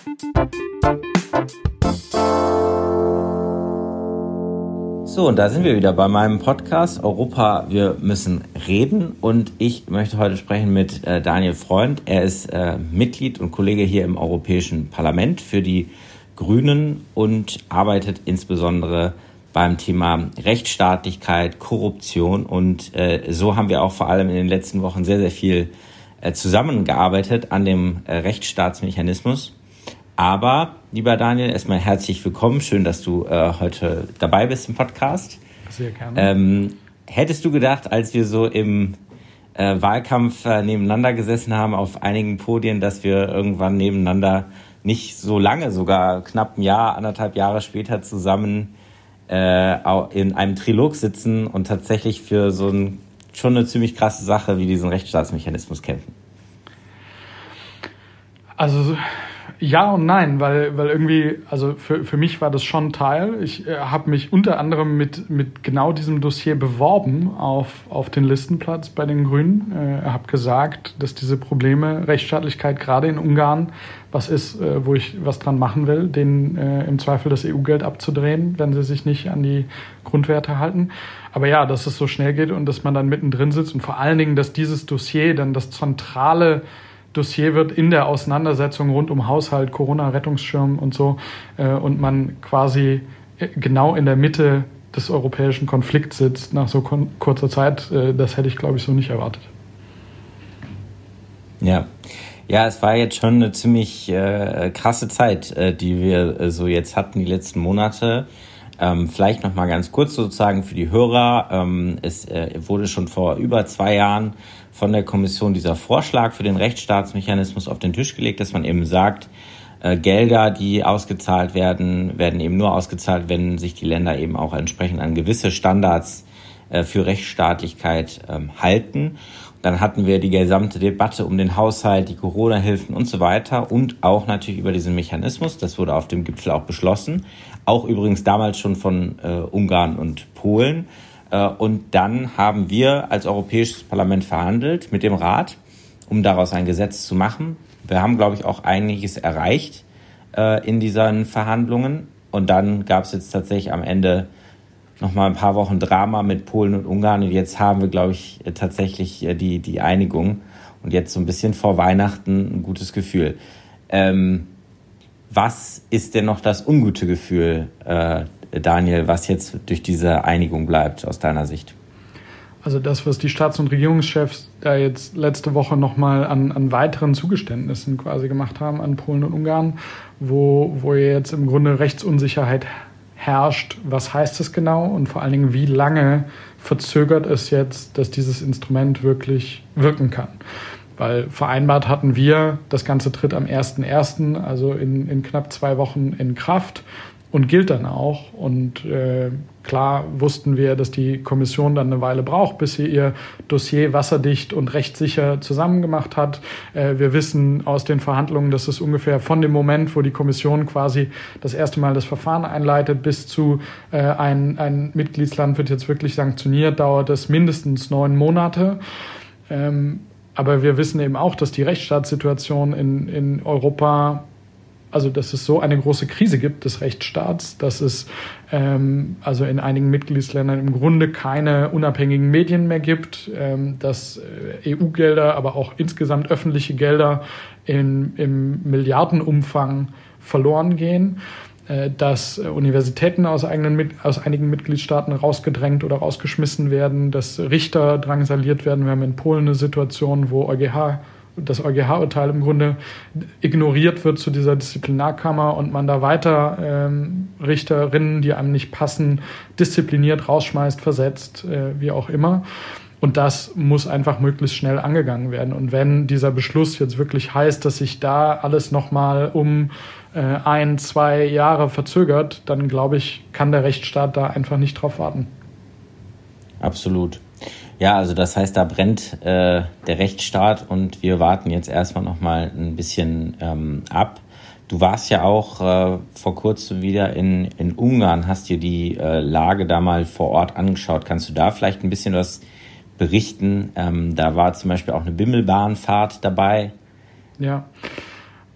So, und da sind wir wieder bei meinem Podcast Europa, wir müssen reden. Und ich möchte heute sprechen mit Daniel Freund. Er ist Mitglied und Kollege hier im Europäischen Parlament für die Grünen und arbeitet insbesondere beim Thema Rechtsstaatlichkeit, Korruption. Und so haben wir auch vor allem in den letzten Wochen sehr, sehr viel zusammengearbeitet an dem Rechtsstaatsmechanismus. Aber, lieber Daniel, erstmal herzlich willkommen. Schön, dass du heute dabei bist im Podcast. Sehr gerne. Hättest du gedacht, als wir so im Wahlkampf nebeneinander gesessen haben auf einigen Podien, dass wir irgendwann nebeneinander nicht so lange, sogar knapp ein Jahr, 1,5 Jahre später zusammen in einem Trilog sitzen und tatsächlich für schon eine ziemlich krasse Sache wie diesen Rechtsstaatsmechanismus kämpfen? Also ja und nein, weil irgendwie, also für mich war das schon Teil. Ich habe mich unter anderem mit genau diesem Dossier beworben auf den Listenplatz bei den Grünen. Habe gesagt, dass diese Probleme, Rechtsstaatlichkeit gerade in Ungarn, was ist, wo ich was dran machen will, denen im Zweifel das EU-Geld abzudrehen, wenn sie sich nicht an die Grundwerte halten. Aber ja, dass es so schnell geht und dass man dann mittendrin sitzt und vor allen Dingen, dass dieses Dossier dann das zentrale Dossier wird in der Auseinandersetzung rund um Haushalt, Corona-Rettungsschirm und so und man quasi genau in der Mitte des europäischen Konflikts sitzt nach so kurzer Zeit, das hätte ich, glaube ich, so nicht erwartet. Ja, es war jetzt schon eine ziemlich krasse Zeit, die wir so jetzt hatten, die letzten Monate. Vielleicht noch mal ganz kurz sozusagen für die Hörer. Es wurde schon vor über 2 Jahren von der Kommission dieser Vorschlag für den Rechtsstaatsmechanismus auf den Tisch gelegt, dass man eben sagt, Gelder, die ausgezahlt werden, werden eben nur ausgezahlt, wenn sich die Länder eben auch entsprechend an gewisse Standards für Rechtsstaatlichkeit halten. Dann hatten wir die gesamte Debatte um den Haushalt, die Corona-Hilfen und so weiter und auch natürlich über diesen Mechanismus. Das wurde auf dem Gipfel auch beschlossen. Auch übrigens damals schon von Ungarn und Polen. Und dann haben wir als Europäisches Parlament verhandelt mit dem Rat, um daraus ein Gesetz zu machen. Wir haben, glaube ich, auch einiges erreicht in diesen Verhandlungen. Und dann gab es jetzt tatsächlich am Ende noch mal ein paar Wochen Drama mit Polen und Ungarn. Und jetzt haben wir, glaube ich, tatsächlich die Einigung. Und jetzt so ein bisschen vor Weihnachten ein gutes Gefühl. Was ist denn noch das ungute Gefühl, Daniel, was jetzt durch diese Einigung bleibt aus deiner Sicht? Also das, was die Staats- und Regierungschefs da jetzt letzte Woche nochmal an weiteren Zugeständnissen quasi gemacht haben an Polen und Ungarn, wo jetzt im Grunde Rechtsunsicherheit herrscht. Was heißt das genau und vor allen Dingen, wie lange verzögert es jetzt, dass dieses Instrument wirklich wirken kann? Weil vereinbart hatten wir, das Ganze tritt am 1.1., also in knapp 2 Wochen in Kraft und gilt dann auch. Und klar wussten wir, dass die Kommission dann eine Weile braucht, bis sie ihr Dossier wasserdicht und rechtssicher zusammengemacht hat. Wir wissen aus den Verhandlungen, dass es ungefähr von dem Moment, wo die Kommission quasi das erste Mal das Verfahren einleitet, bis zu ein Mitgliedsland wird jetzt wirklich sanktioniert, dauert es mindestens 9 Monate. Aber wir wissen eben auch, dass die Rechtsstaatssituation in Europa, also dass es so eine große Krise gibt des Rechtsstaats, dass es also in einigen Mitgliedsländern im Grunde keine unabhängigen Medien mehr gibt, dass EU-Gelder, aber auch insgesamt öffentliche Gelder im Milliardenumfang verloren gehen, dass Universitäten aus einigen Mitgliedstaaten rausgedrängt oder rausgeschmissen werden, dass Richter drangsaliert werden. Wir haben in Polen eine Situation, wo das EuGH-Urteil im Grunde ignoriert wird zu dieser Disziplinarkammer und man da weiter Richterinnen, die einem nicht passen, diszipliniert rausschmeißt, versetzt, wie auch immer. Und das muss einfach möglichst schnell angegangen werden. Und wenn dieser Beschluss jetzt wirklich heißt, dass sich da alles nochmal um 1-2 Jahre verzögert, dann glaube ich, kann der Rechtsstaat da einfach nicht drauf warten. Absolut. Ja, also das heißt, da brennt der Rechtsstaat und wir warten jetzt erstmal noch mal ein bisschen ab. Du warst ja auch vor kurzem wieder in Ungarn, hast dir die Lage da mal vor Ort angeschaut. Kannst du da vielleicht ein bisschen was berichten? Da war zum Beispiel auch eine Bimmelbahnfahrt dabei. Ja,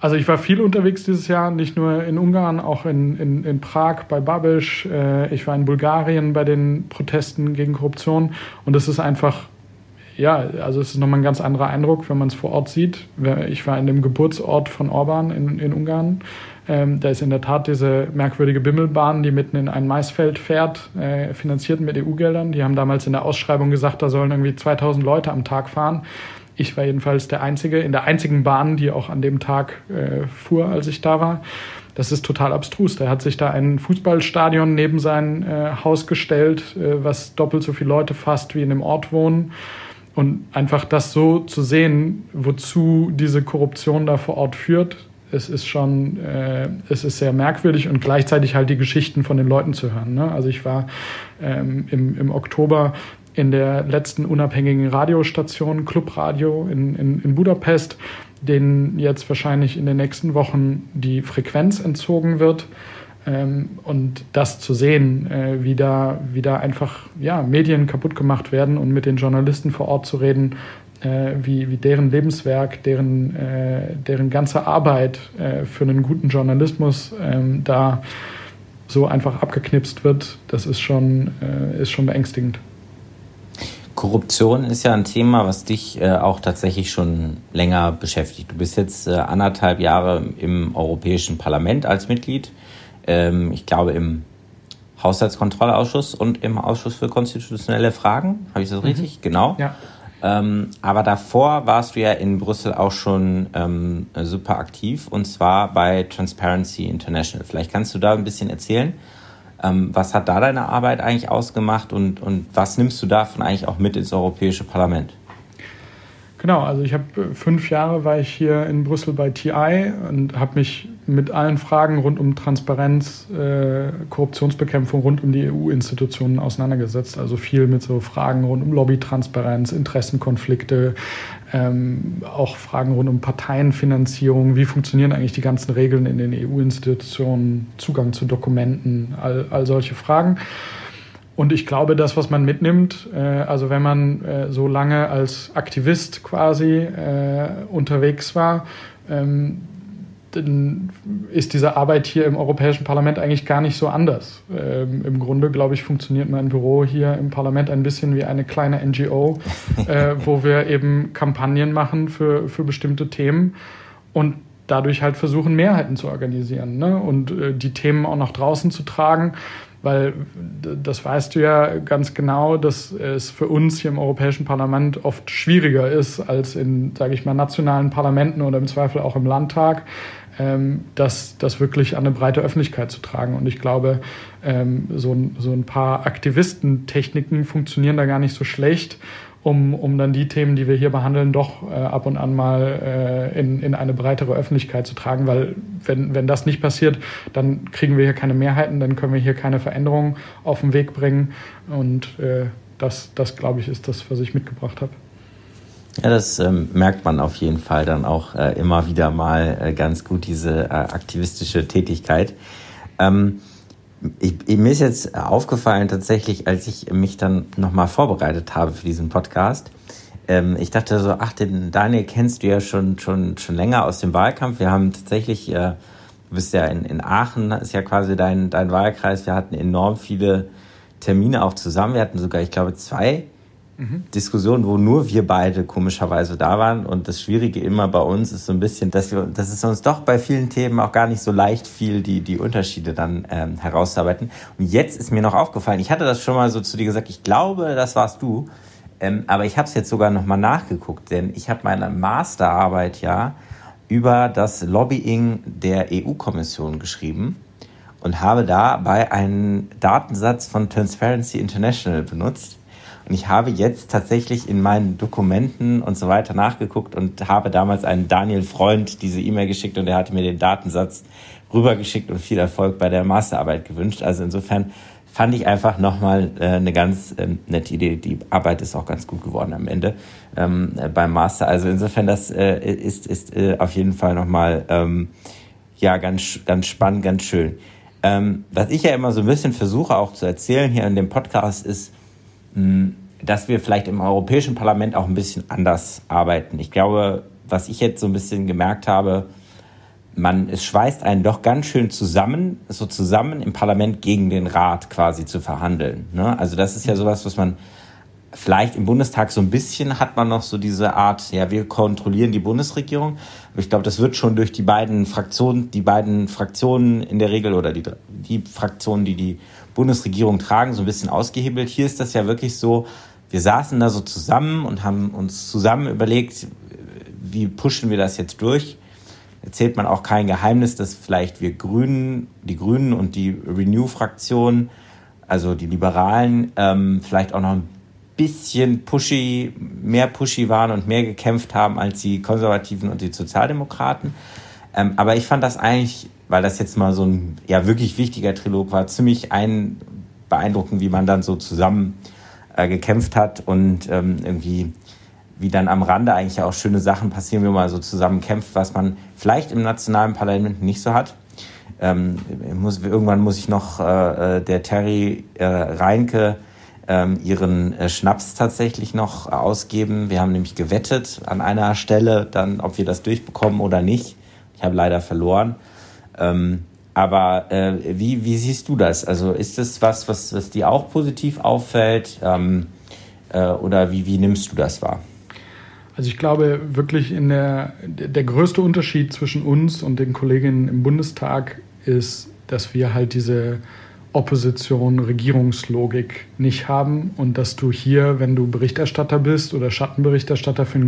Also ich war viel unterwegs dieses Jahr, nicht nur in Ungarn, auch in Prag bei Babiš. Ich war in Bulgarien bei den Protesten gegen Korruption. Und es ist einfach, ja, also es ist nochmal ein ganz anderer Eindruck, wenn man es vor Ort sieht. Ich war in dem Geburtsort von Orban in Ungarn. Da ist in der Tat diese merkwürdige Bimmelbahn, die mitten in ein Maisfeld fährt, finanziert mit EU-Geldern. Die haben damals in der Ausschreibung gesagt, da sollen irgendwie 2000 Leute am Tag fahren. Ich war jedenfalls der Einzige, in der einzigen Bahn, die auch an dem Tag fuhr, als ich da war. Das ist total abstrus. Der hat sich da ein Fußballstadion neben sein Haus gestellt, was doppelt so viele Leute fasst, wie in dem Ort wohnen. Und einfach das so zu sehen, wozu diese Korruption da vor Ort führt, es ist sehr merkwürdig und gleichzeitig halt die Geschichten von den Leuten zu hören. Ne? Also ich war im Oktober in der letzten unabhängigen Radiostation, Clubradio in Budapest, denen jetzt wahrscheinlich in den nächsten Wochen die Frequenz entzogen wird. Und das zu sehen, wie da einfach Medien kaputt gemacht werden und mit den Journalisten vor Ort zu reden, wie deren Lebenswerk, deren ganze Arbeit für einen guten Journalismus da so einfach abgeknipst wird, das ist schon beängstigend. Korruption ist ja ein Thema, was dich auch tatsächlich schon länger beschäftigt. Du bist jetzt 1,5 Jahre im Europäischen Parlament als Mitglied. Ich glaube im Haushaltskontrollausschuss und im Ausschuss für konstitutionelle Fragen. Habe ich das richtig? Genau. Ja. Aber davor warst du ja in Brüssel auch schon super aktiv, und zwar bei Transparency International. Vielleicht kannst du da ein bisschen erzählen. Was hat da deine Arbeit eigentlich ausgemacht und was nimmst du davon eigentlich auch mit ins Europäische Parlament? Genau, also ich habe 5 Jahre war ich hier in Brüssel bei TI und habe mich mit allen Fragen rund um Transparenz, Korruptionsbekämpfung rund um die EU-Institutionen auseinandergesetzt. Also viel mit so Fragen rund um Lobbytransparenz, Interessenkonflikte, auch Fragen rund um Parteienfinanzierung. Wie funktionieren eigentlich die ganzen Regeln in den EU-Institutionen, Zugang zu Dokumenten, all solche Fragen. Und ich glaube, das, was man mitnimmt, also wenn man so lange als Aktivist quasi unterwegs war, dann ist diese Arbeit hier im Europäischen Parlament eigentlich gar nicht so anders. Im Grunde, glaube ich, funktioniert mein Büro hier im Parlament ein bisschen wie eine kleine NGO, wo wir eben Kampagnen machen für bestimmte Themen und dadurch halt versuchen, Mehrheiten zu organisieren, ne? Und die Themen auch nach draußen zu tragen. Weil das weißt du ja ganz genau, dass es für uns hier im Europäischen Parlament oft schwieriger ist als in, sage ich mal, nationalen Parlamenten oder im Zweifel auch im Landtag, das wirklich an eine breite Öffentlichkeit zu tragen. Und ich glaube, so ein paar Aktivistentechniken funktionieren da gar nicht so schlecht, um dann die Themen, die wir hier behandeln, doch ab und an mal in eine breitere Öffentlichkeit zu tragen. Weil wenn das nicht passiert, dann kriegen wir hier keine Mehrheiten, dann können wir hier keine Veränderungen auf den Weg bringen. Und das glaube ich, ist das, was ich mitgebracht habe. Ja, das merkt man auf jeden Fall dann auch immer wieder mal ganz gut, diese aktivistische Tätigkeit. Mir ist jetzt aufgefallen tatsächlich, als ich mich dann nochmal vorbereitet habe für diesen Podcast, ich dachte so, den Daniel kennst du ja schon länger aus dem Wahlkampf. Wir haben tatsächlich, du bist ja in Aachen, ist ja quasi dein Wahlkreis. Wir hatten enorm viele Termine auch zusammen. Wir hatten sogar, ich glaube, 2 Diskussionen, wo nur wir beide komischerweise da waren. Und das Schwierige immer bei uns ist so ein bisschen, dass es uns doch bei vielen Themen auch gar nicht so leicht fiel, die Unterschiede dann herauszuarbeiten. Und jetzt ist mir noch aufgefallen, ich hatte das schon mal so zu dir gesagt, ich glaube, das warst du. Aber ich habe es jetzt sogar nochmal nachgeguckt, denn ich habe meine Masterarbeit ja über das Lobbying der EU-Kommission geschrieben und habe dabei einen Datensatz von Transparency International benutzt. Und ich habe jetzt tatsächlich in meinen Dokumenten und so weiter nachgeguckt und habe damals einen Daniel Freund diese E-Mail geschickt und er hatte mir den Datensatz rübergeschickt und viel Erfolg bei der Masterarbeit gewünscht. Also insofern fand ich einfach nochmal eine ganz nette Idee. Die Arbeit ist auch ganz gut geworden am Ende beim Master. Also insofern, das ist auf jeden Fall nochmal ganz spannend, ganz schön. Was ich ja immer so ein bisschen versuche auch zu erzählen hier in dem Podcast ist, dass wir vielleicht im Europäischen Parlament auch ein bisschen anders arbeiten. Ich glaube, was ich jetzt so ein bisschen gemerkt habe, es schweißt einen doch ganz schön zusammen im Parlament gegen den Rat quasi zu verhandeln. Ne? Also das ist ja sowas, was man vielleicht im Bundestag so ein bisschen hat man noch so diese Art, ja, wir kontrollieren die Bundesregierung. Aber ich glaube, das wird schon durch die beiden Fraktionen in der Regel oder die Fraktionen, die die Bundesregierung tragen, so ein bisschen ausgehebelt. Hier ist das ja wirklich so, wir saßen da so zusammen und haben uns zusammen überlegt, wie pushen wir das jetzt durch. Erzählt man auch kein Geheimnis, dass vielleicht die Grünen und die Renew-Fraktion, also die Liberalen, vielleicht auch noch ein bisschen mehr pushy waren und mehr gekämpft haben als die Konservativen und die Sozialdemokraten. Aber ich fand das eigentlich, weil das jetzt mal so ein wirklich wichtiger Trilog war, ziemlich beeindruckend, wie man dann so zusammen gekämpft hat und irgendwie wie dann am Rande eigentlich auch schöne Sachen passieren, wie man so zusammen kämpft, was man vielleicht im nationalen Parlament nicht so hat. Irgendwann muss ich noch der Terry Reinke ihren Schnaps tatsächlich noch ausgeben. Wir haben nämlich gewettet an einer Stelle, dann, ob wir das durchbekommen oder nicht. Ich habe leider verloren. Aber wie siehst du das? Also ist das was dir auch positiv auffällt? Oder wie nimmst du das wahr? Also ich glaube wirklich der größte Unterschied zwischen uns und den Kolleginnen im Bundestag ist, dass wir halt diese Opposition-Regierungslogik nicht haben und dass du hier, wenn du Berichterstatter bist oder Schattenberichterstatter für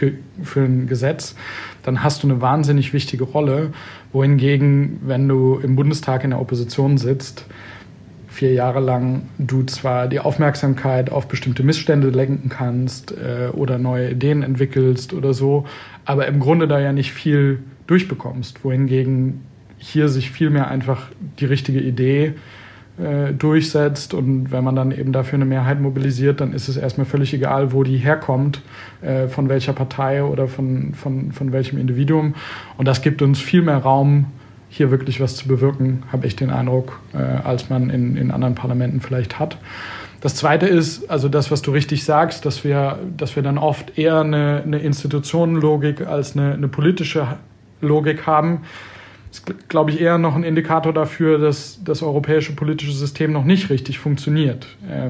ein Gesetz, dann hast du eine wahnsinnig wichtige Rolle, wohingegen, wenn du im Bundestag in der Opposition sitzt, 4 Jahre lang du zwar die Aufmerksamkeit auf bestimmte Missstände lenken kannst oder neue Ideen entwickelst oder so, aber im Grunde da ja nicht viel durchbekommst, wohingegen hier sich vielmehr einfach die richtige Idee durchsetzt und wenn man dann eben dafür eine Mehrheit mobilisiert, dann ist es erstmal völlig egal, wo die herkommt, von welcher Partei oder von welchem Individuum. Und das gibt uns viel mehr Raum, hier wirklich was zu bewirken, habe ich den Eindruck, als man in anderen Parlamenten vielleicht hat. Das Zweite ist, also das, was du richtig sagst, dass wir dann oft eher eine Institutionenlogik als eine politische Logik haben. Das ist, glaube ich, eher noch ein Indikator dafür, dass das europäische politische System noch nicht richtig funktioniert.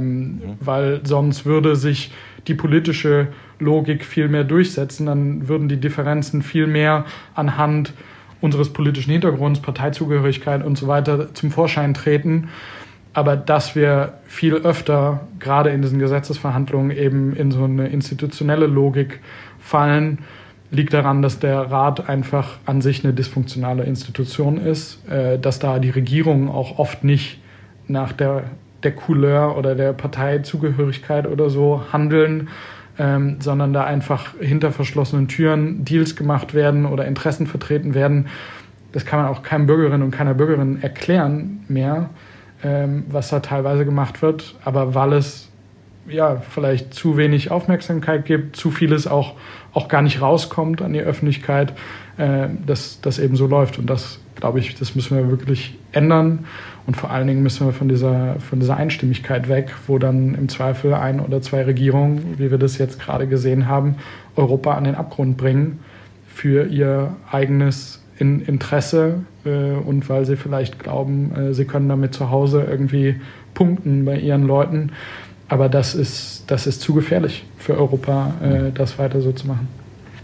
Weil sonst würde sich die politische Logik viel mehr durchsetzen, dann würden die Differenzen viel mehr anhand unseres politischen Hintergrunds, Parteizugehörigkeit und so weiter zum Vorschein treten. Aber dass wir viel öfter, gerade in diesen Gesetzesverhandlungen, eben in so eine institutionelle Logik fallen, liegt daran, dass der Rat einfach an sich eine dysfunktionale Institution ist, dass da die Regierungen auch oft nicht nach der Couleur oder der Parteizugehörigkeit oder so handeln, sondern da einfach hinter verschlossenen Türen Deals gemacht werden oder Interessen vertreten werden. Das kann man auch keinem Bürgerinnen und keiner Bürgerin erklären mehr, was da teilweise gemacht wird. Aber weil es vielleicht zu wenig Aufmerksamkeit gibt, zu vieles auch gar nicht rauskommt an die Öffentlichkeit, dass das eben so läuft. Und das, glaube ich, das müssen wir wirklich ändern. Und vor allen Dingen müssen wir von dieser Einstimmigkeit weg, wo dann im Zweifel 1 oder 2 Regierungen, wie wir das jetzt gerade gesehen haben, Europa an den Abgrund bringen für ihr eigenes Interesse und weil sie vielleicht glauben, sie können damit zu Hause irgendwie punkten bei ihren Leuten. Aber das ist zu gefährlich für Europa, das weiter so zu machen.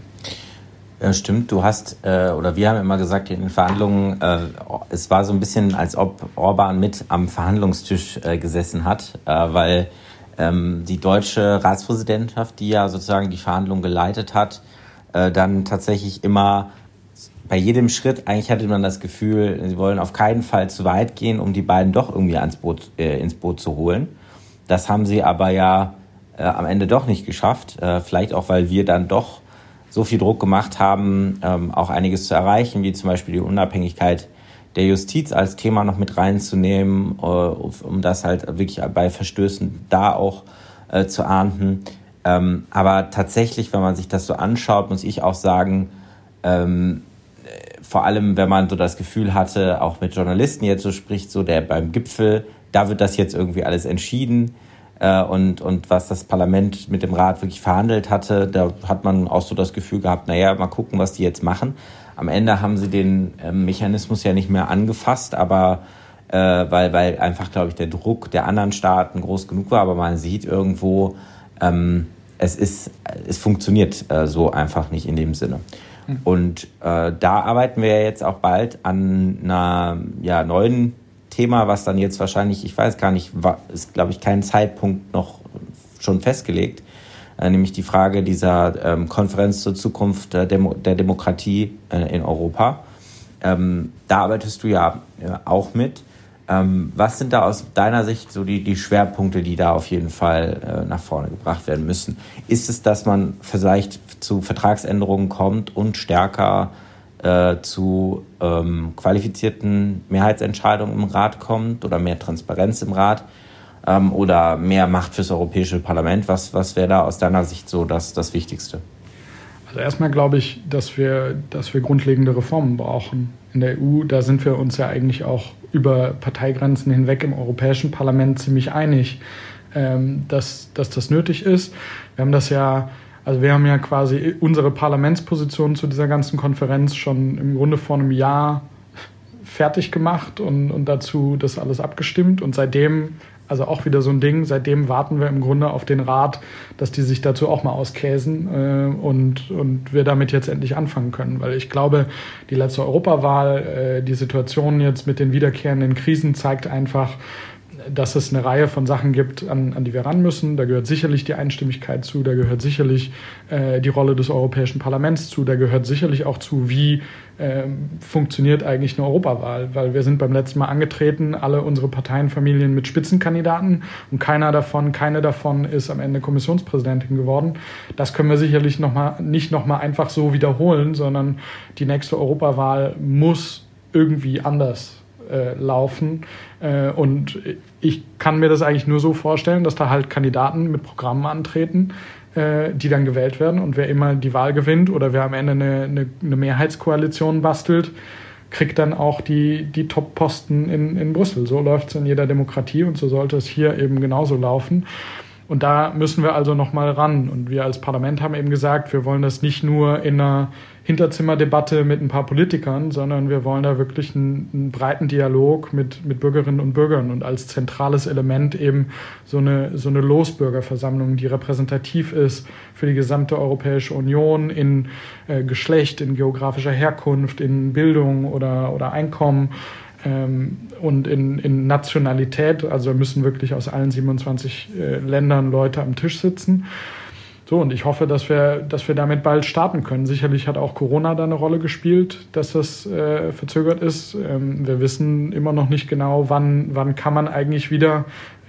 Ja, stimmt. Du hast, oder wir haben immer gesagt in den Verhandlungen, es war so ein bisschen, als ob Orbán mit am Verhandlungstisch gesessen hat, weil die deutsche Ratspräsidentschaft, die ja sozusagen die Verhandlungen geleitet hat, dann tatsächlich immer bei jedem Schritt, eigentlich hatte man das Gefühl, sie wollen auf keinen Fall zu weit gehen, um die beiden doch irgendwie ins Boot zu holen. Das haben sie aber ja am Ende doch nicht geschafft. Vielleicht auch, weil wir dann doch so viel Druck gemacht haben, auch einiges zu erreichen, wie zum Beispiel die Unabhängigkeit der Justiz als Thema noch mit reinzunehmen, um das halt wirklich bei Verstößen da auch zu ahnden. Aber tatsächlich, wenn man sich das so anschaut, muss ich auch sagen, vor allem, wenn man so das Gefühl hatte, auch mit Journalisten jetzt so spricht, so der beim Gipfel, da wird das jetzt irgendwie alles entschieden. Und was das Parlament mit dem Rat wirklich verhandelt hatte, da hat man auch so das Gefühl gehabt, naja, mal gucken, was die jetzt machen. Am Ende haben sie den Mechanismus ja nicht mehr angefasst, aber weil einfach, glaube ich, der Druck der anderen Staaten groß genug war. Aber man sieht irgendwo, es funktioniert so einfach nicht in dem Sinne. Und da arbeiten wir ja jetzt auch bald an einer neuen Thema, was dann jetzt wahrscheinlich, ich weiß gar nicht, ist, glaube ich, kein Zeitpunkt noch schon festgelegt, nämlich die Frage dieser Konferenz zur Zukunft der Demokratie in Europa. Da arbeitest du ja auch mit. Was sind da aus deiner Sicht so die Schwerpunkte, die da auf jeden Fall nach vorne gebracht werden müssen? Ist es, dass man vielleicht zu Vertragsänderungen kommt und stärker zu qualifizierten Mehrheitsentscheidungen im Rat kommt oder mehr Transparenz im Rat oder mehr Macht fürs Europäische Parlament? Was wäre da aus deiner Sicht so das Wichtigste? Also erstmal glaube ich, dass wir grundlegende Reformen brauchen in der EU. Da sind wir uns ja eigentlich auch über Parteigrenzen hinweg im Europäischen Parlament ziemlich einig, dass das nötig ist. Wir haben ja quasi unsere Parlamentsposition zu dieser ganzen Konferenz schon im Grunde vor einem Jahr fertig gemacht und dazu das alles abgestimmt. Und seitdem, also auch wieder so ein Ding, seitdem warten wir im Grunde auf den Rat, dass die sich dazu auch mal auskäsen und wir damit jetzt endlich anfangen können. Weil ich glaube, die letzte Europawahl, die Situation jetzt mit den wiederkehrenden Krisen zeigt einfach, dass es eine Reihe von Sachen gibt, an die wir ran müssen. Da gehört sicherlich die Einstimmigkeit zu, da gehört sicherlich die Rolle des Europäischen Parlaments zu, da gehört sicherlich auch zu, wie funktioniert eigentlich eine Europawahl. Weil wir sind beim letzten Mal angetreten, alle unsere Parteienfamilien mit Spitzenkandidaten und keine davon ist am Ende Kommissionspräsidentin geworden. Das können wir sicherlich nicht noch mal einfach so wiederholen, sondern die nächste Europawahl muss irgendwie anders laufen. Und ich kann mir das eigentlich nur so vorstellen, dass da halt Kandidaten mit Programmen antreten, die dann gewählt werden. Und wer immer die Wahl gewinnt oder wer am Ende eine Mehrheitskoalition bastelt, kriegt dann auch die Top-Posten in Brüssel. So läuft es in jeder Demokratie und so sollte es hier eben genauso laufen. Und da müssen wir also nochmal ran. Und wir als Parlament haben eben gesagt, wir wollen das nicht nur in einer Hinterzimmerdebatte mit ein paar Politikern, sondern wir wollen da wirklich einen breiten Dialog mit Bürgerinnen und Bürgern und als zentrales Element eben so eine Losbürgerversammlung, die repräsentativ ist für die gesamte Europäische Union in Geschlecht, in geografischer Herkunft, in Bildung oder Einkommen. Und in Nationalität, also müssen wirklich aus allen 27 Ländern Leute am Tisch sitzen. So, und ich hoffe, dass wir damit bald starten können. Sicherlich hat auch Corona da eine Rolle gespielt, dass das verzögert ist. Wir wissen immer noch nicht genau, wann kann man eigentlich wieder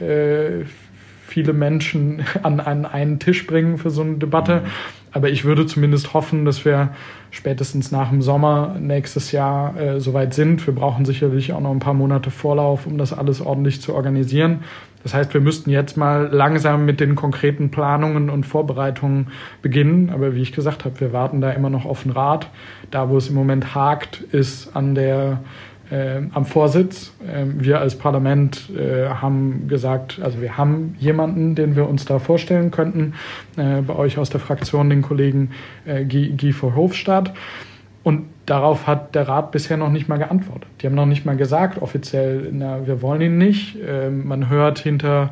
viele Menschen an einen Tisch bringen für so eine Debatte. Aber ich würde zumindest hoffen, dass wir spätestens nach dem Sommer nächstes Jahr soweit sind. Wir brauchen sicherlich auch noch ein paar Monate Vorlauf, um das alles ordentlich zu organisieren. Das heißt, wir müssten jetzt mal langsam mit den konkreten Planungen und Vorbereitungen beginnen. Aber wie ich gesagt habe, wir warten da immer noch auf den Rat. Da, wo es im Moment hakt, ist am Vorsitz. Wir als Parlament haben gesagt, also wir haben jemanden, den wir uns da vorstellen könnten, bei euch aus der Fraktion, den Kollegen Guy Verhofstadt. Und darauf hat der Rat bisher noch nicht mal geantwortet. Die haben noch nicht mal gesagt offiziell, wir wollen ihn nicht. Man hört hinter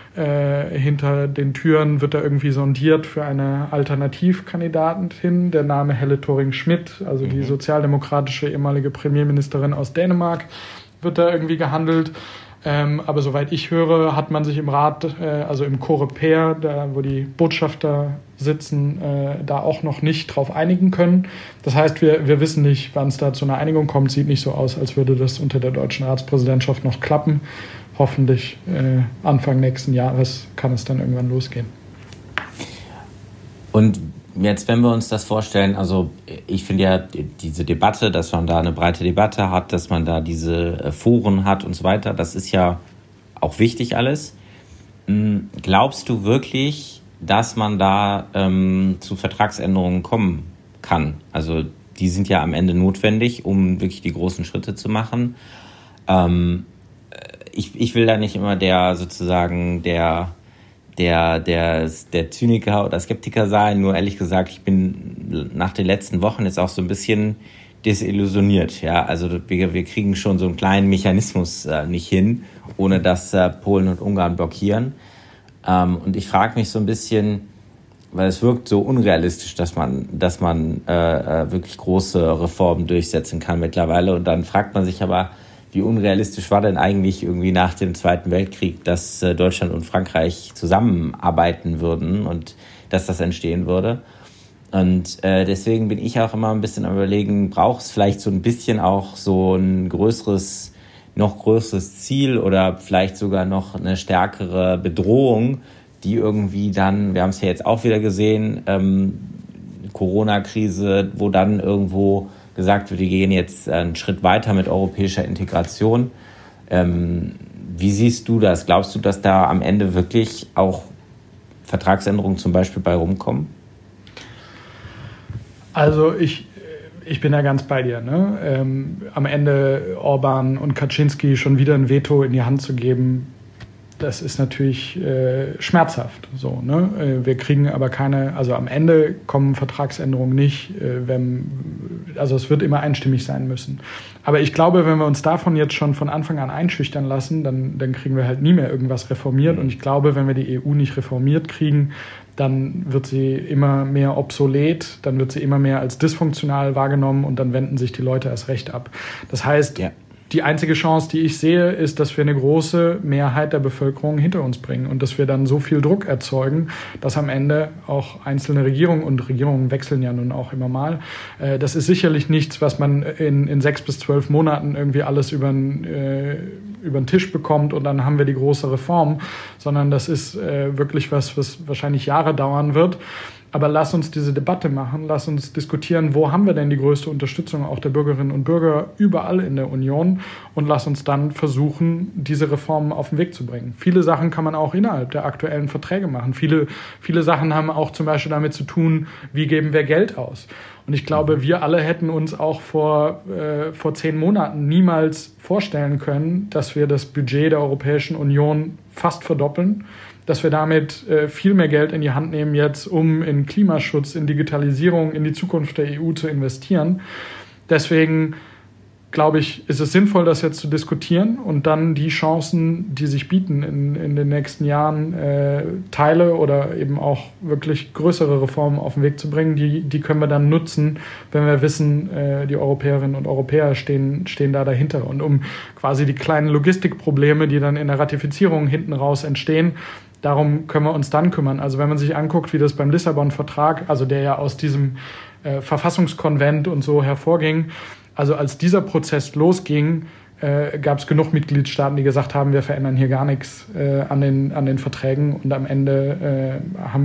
den Türen wird da irgendwie sondiert für eine Alternativkandidatin, der Name Helle Thorning-Schmidt, also die sozialdemokratische ehemalige Premierministerin aus Dänemark, wird da irgendwie gehandelt. Aber soweit ich höre, hat man sich im Rat, also im Coreper, da wo die Botschafter sitzen, da auch noch nicht drauf einigen können. Das heißt, wir wissen nicht, wann es da zu einer Einigung kommt. Sieht nicht so aus, als würde das unter der deutschen Ratspräsidentschaft noch klappen. Hoffentlich Anfang nächsten Jahres kann es dann irgendwann losgehen. Und jetzt, wenn wir uns das vorstellen, also ich finde ja diese Debatte, dass man da eine breite Debatte hat, dass man da diese Foren hat und so weiter, das ist ja auch wichtig alles. Glaubst du wirklich, dass man da zu Vertragsänderungen kommen kann? Also die sind ja am Ende notwendig, um wirklich die großen Schritte zu machen. Ich will da nicht immer der Zyniker oder Skeptiker sein, nur ehrlich gesagt, ich bin nach den letzten Wochen jetzt auch so ein bisschen desillusioniert. Ja, also wir kriegen schon so einen kleinen Mechanismus nicht hin, ohne dass Polen und Ungarn blockieren. Und ich frage mich so ein bisschen, weil es wirkt so unrealistisch, dass man wirklich große Reformen durchsetzen kann mittlerweile. Und dann fragt man sich aber, wie unrealistisch war denn eigentlich irgendwie nach dem Zweiten Weltkrieg, dass Deutschland und Frankreich zusammenarbeiten würden und dass das entstehen würde. Und deswegen bin ich auch immer ein bisschen am Überlegen, braucht es vielleicht so ein bisschen auch so ein noch größeres Ziel oder vielleicht sogar noch eine stärkere Bedrohung, die irgendwie dann, wir haben es ja jetzt auch wieder gesehen, Corona-Krise, wo dann irgendwo gesagt wird, wir gehen jetzt einen Schritt weiter mit europäischer Integration. Wie siehst du das? Glaubst du, dass da am Ende wirklich auch Vertragsänderungen zum Beispiel bei rumkommen? Also ich bin da ganz bei dir. Ne? Am Ende Orbán und Kaczynski schon wieder ein Veto in die Hand zu geben, das ist natürlich schmerzhaft. So, ne? Wir kriegen aber also am Ende kommen Vertragsänderungen nicht, also es wird immer einstimmig sein müssen. Aber ich glaube, wenn wir uns davon jetzt schon von Anfang an einschüchtern lassen, dann kriegen wir halt nie mehr irgendwas reformiert. Und ich glaube, wenn wir die EU nicht reformiert kriegen, dann wird sie immer mehr obsolet, dann wird sie immer mehr als dysfunktional wahrgenommen und dann wenden sich die Leute erst recht ab. Das heißt, die einzige Chance, die ich sehe, ist, dass wir eine große Mehrheit der Bevölkerung hinter uns bringen und dass wir dann so viel Druck erzeugen, dass am Ende auch einzelne Regierungen, und Regierungen wechseln ja nun auch immer mal, das ist sicherlich nichts, was man in 6 bis 12 Monaten irgendwie alles über den Tisch bekommt und dann haben wir die große Reform, sondern das ist wirklich was wahrscheinlich Jahre dauern wird. Aber lass uns diese Debatte machen, lass uns diskutieren, wo haben wir denn die größte Unterstützung auch der Bürgerinnen und Bürger überall in der Union und lass uns dann versuchen, diese Reformen auf den Weg zu bringen. Viele Sachen kann man auch innerhalb der aktuellen Verträge machen. Viele Sachen haben auch zum Beispiel damit zu tun, wie geben wir Geld aus. Und ich glaube, wir alle hätten uns auch vor 10 Monaten niemals vorstellen können, dass wir das Budget der Europäischen Union fast verdoppeln, dass wir damit viel mehr Geld in die Hand nehmen jetzt, um in Klimaschutz, in Digitalisierung, in die Zukunft der EU zu investieren. Deswegen glaube ich, ist es sinnvoll, das jetzt zu diskutieren und dann die Chancen, die sich bieten in den nächsten Jahren, Teile oder eben auch wirklich größere Reformen auf den Weg zu bringen, die können wir dann nutzen, wenn wir wissen, die Europäerinnen und Europäer stehen da dahinter. Und um quasi die kleinen Logistikprobleme, die dann in der Ratifizierung hinten raus entstehen, darum können wir uns dann kümmern. Also wenn man sich anguckt, wie das beim Lissabon-Vertrag, also der ja aus diesem Verfassungskonvent und so hervorging, also als dieser Prozess losging, gab es genug Mitgliedstaaten, die gesagt haben, wir verändern hier gar nichts an den Verträgen und am Ende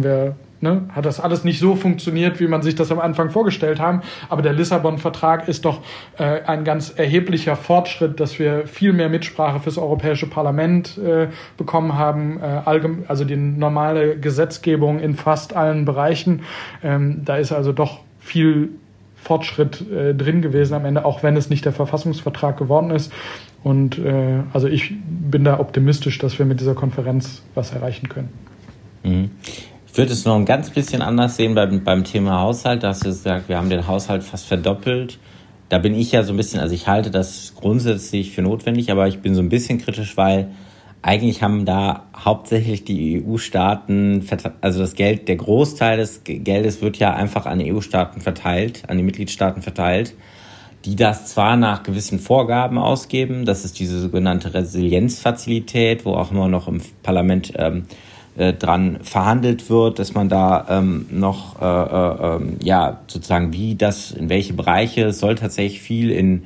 hat das alles nicht so funktioniert, wie man sich das am Anfang vorgestellt haben. Aber der Lissabon-Vertrag ist doch ein ganz erheblicher Fortschritt, dass wir viel mehr Mitsprache fürs Europäische Parlament bekommen haben, also die normale Gesetzgebung in fast allen Bereichen. Da ist also doch viel Fortschritt drin gewesen am Ende, auch wenn es nicht der Verfassungsvertrag geworden ist. Und also ich bin da optimistisch, dass wir mit dieser Konferenz was erreichen können. Mhm. Ich würde es noch ein ganz bisschen anders sehen beim Thema Haushalt. Da hast du gesagt, wir haben den Haushalt fast verdoppelt. Da bin ich ja so ein bisschen, also ich halte das grundsätzlich für notwendig, aber ich bin so ein bisschen kritisch, weil eigentlich haben da hauptsächlich die EU-Staaten, also das Geld, der Großteil des Geldes wird ja einfach an die EU-Staaten verteilt, an die Mitgliedstaaten verteilt, die das zwar nach gewissen Vorgaben ausgeben, das ist diese sogenannte Resilienzfazilität, wo auch immer noch im Parlament dran verhandelt wird, dass man da noch sozusagen in welche Bereiche, es soll tatsächlich viel in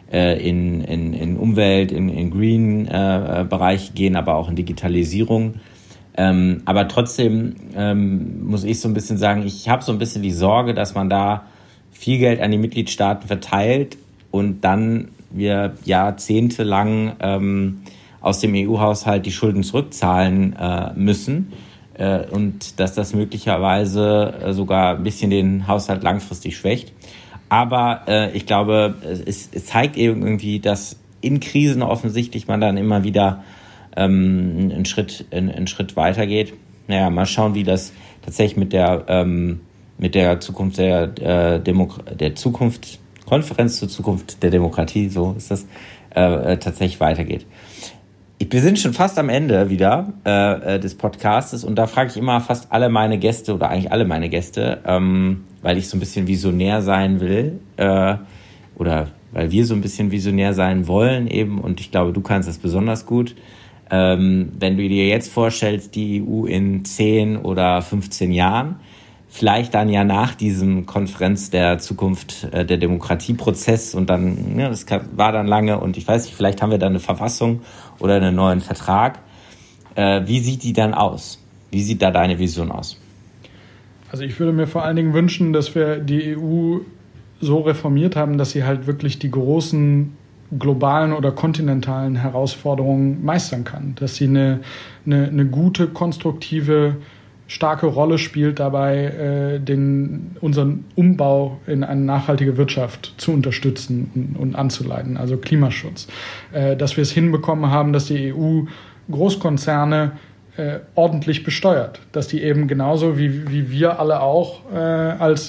Umwelt, in Green Bereich gehen, aber auch in Digitalisierung. Aber trotzdem muss ich so ein bisschen sagen, ich habe so ein bisschen die Sorge, dass man da viel Geld an die Mitgliedstaaten verteilt und dann wir jahrzehntelang aus dem EU-Haushalt die Schulden zurückzahlen müssen und dass das möglicherweise sogar ein bisschen den Haushalt langfristig schwächt. Aber ich glaube, es zeigt irgendwie, dass in Krisen offensichtlich man dann immer wieder einen Schritt weitergeht. Naja, mal schauen, wie das tatsächlich mit der Zukunft der Zukunft Konferenz zur Zukunft der Demokratie, so ist das, tatsächlich weitergeht. Wir sind schon fast am Ende wieder des Podcastes und da frage ich immer fast alle meine Gäste oder eigentlich alle meine Gäste, weil ich so ein bisschen visionär sein will oder weil wir so ein bisschen visionär sein wollen eben und ich glaube, du kannst das besonders gut. Wenn du dir jetzt vorstellst, die EU in 10 oder 15 Jahren, vielleicht dann ja nach diesem Konferenz der Zukunft der Demokratieprozess und dann, ja, das war dann lange und ich weiß nicht, vielleicht haben wir dann eine Verfassung oder einen neuen Vertrag. Wie sieht die dann aus? Wie sieht da deine Vision aus? Also ich würde mir vor allen Dingen wünschen, dass wir die EU so reformiert haben, dass sie halt wirklich die großen globalen oder kontinentalen Herausforderungen meistern kann. Dass sie eine gute, konstruktive, starke Rolle spielt dabei, unseren Umbau in eine nachhaltige Wirtschaft zu unterstützen und anzuleiten, also Klimaschutz. Dass wir es hinbekommen haben, dass die EU Großkonzerne ordentlich besteuert, dass die eben genauso wie wir alle auch als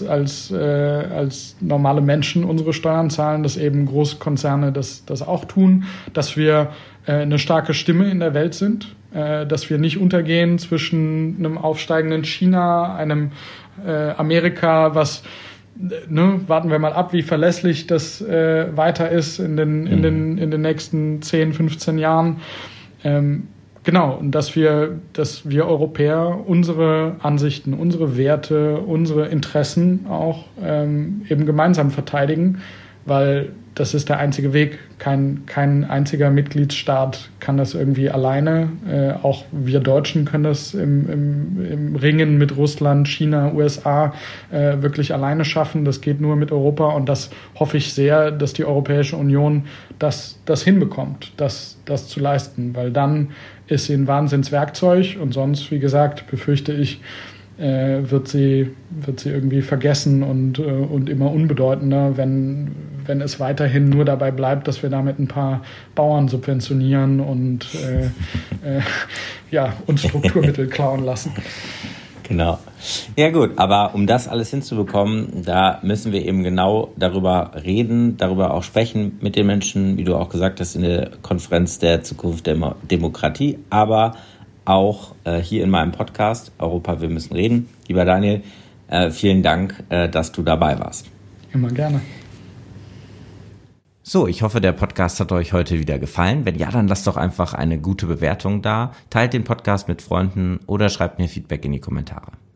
normale Menschen unsere Steuern zahlen, dass eben Großkonzerne das auch tun, dass wir eine starke Stimme in der Welt sind, dass wir nicht untergehen zwischen einem aufsteigenden China, einem Amerika, was warten wir mal ab, wie verlässlich das weiter ist in den nächsten 10, 15 Jahren. Genau, und dass wir Europäer unsere Ansichten, unsere Werte, unsere Interessen auch eben gemeinsam verteidigen, weil das ist der einzige Weg. Kein einziger Mitgliedsstaat kann das irgendwie alleine. Auch wir Deutschen können das im Ringen mit Russland, China, USA wirklich alleine schaffen. Das geht nur mit Europa und das hoffe ich sehr, dass die Europäische Union das hinbekommt, das zu leisten, weil dann ist sie ein Wahnsinnswerkzeug und sonst, wie gesagt, befürchte ich, wird sie irgendwie vergessen und immer unbedeutender, wenn es weiterhin nur dabei bleibt, dass wir damit ein paar Bauern subventionieren und uns Strukturmittel klauen lassen. Genau. Ja gut, aber um das alles hinzubekommen, da müssen wir eben genau darüber reden, darüber auch sprechen mit den Menschen, wie du auch gesagt hast, in der Konferenz der Zukunft der Demokratie, aber auch hier in meinem Podcast Europa, wir müssen reden. Lieber Daniel, vielen Dank, dass du dabei warst. Immer gerne. So, ich hoffe, der Podcast hat euch heute wieder gefallen. Wenn ja, dann lasst doch einfach eine gute Bewertung da, teilt den Podcast mit Freunden oder schreibt mir Feedback in die Kommentare.